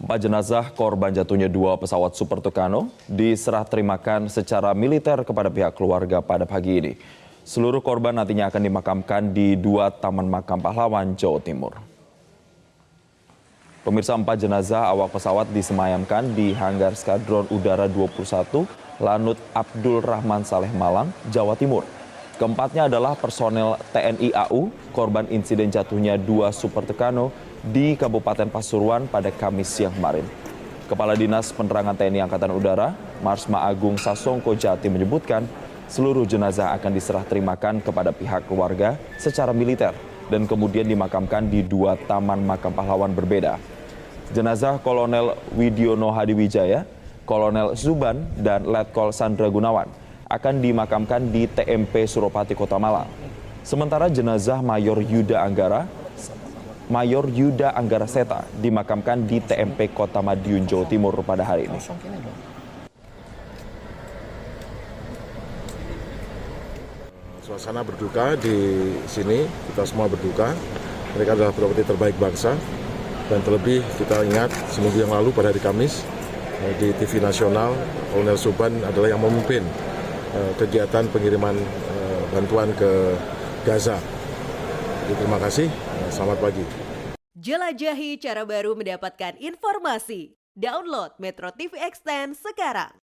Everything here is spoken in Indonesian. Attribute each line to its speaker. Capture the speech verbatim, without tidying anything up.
Speaker 1: Empat jenazah korban jatuhnya dua pesawat Super Tucano diserah terimakan secara militer kepada pihak keluarga pada pagi ini. Seluruh korban nantinya akan dimakamkan di dua Taman Makam Pahlawan, Jawa Timur. Pemirsa, empat jenazah awak pesawat disemayamkan di Hanggar Skadron Udara dua puluh satu Lanut Abdul Rahman Saleh Malang, Jawa Timur. Keempatnya adalah personel T N I A U, korban insiden jatuhnya dua Super Tucano di Kabupaten Pasuruan pada Kamis siang kemarin. Kepala Dinas Penerangan T N I Angkatan Udara, Marsma Agung Sasongko Jati menyebutkan seluruh jenazah akan diserah terimakan kepada pihak keluarga secara militer dan kemudian dimakamkan di dua taman makam pahlawan berbeda. Jenazah Kolonel Widiono Hadiwijaya, Kolonel Zuban, dan Letkol Sandra Gunawan akan dimakamkan di T M P Suropati Kota Malang. Sementara jenazah Mayor Yuda Anggara, Mayor Yuda Anggara Seta dimakamkan di T M P Kota Madiun, Jawa Timur pada hari ini.
Speaker 2: Suasana berduka di sini, kita semua berduka. Mereka adalah prajurit terbaik bangsa. Dan terlebih kita ingat seminggu yang lalu pada hari Kamis di T V nasional, Kolonel Zuban adalah yang memimpin kegiatan pengiriman bantuan ke Gaza. Jadi, terima kasih, selamat pagi.
Speaker 3: Jelajahi cara baru mendapatkan informasi. Download Metro T V Extend sekarang.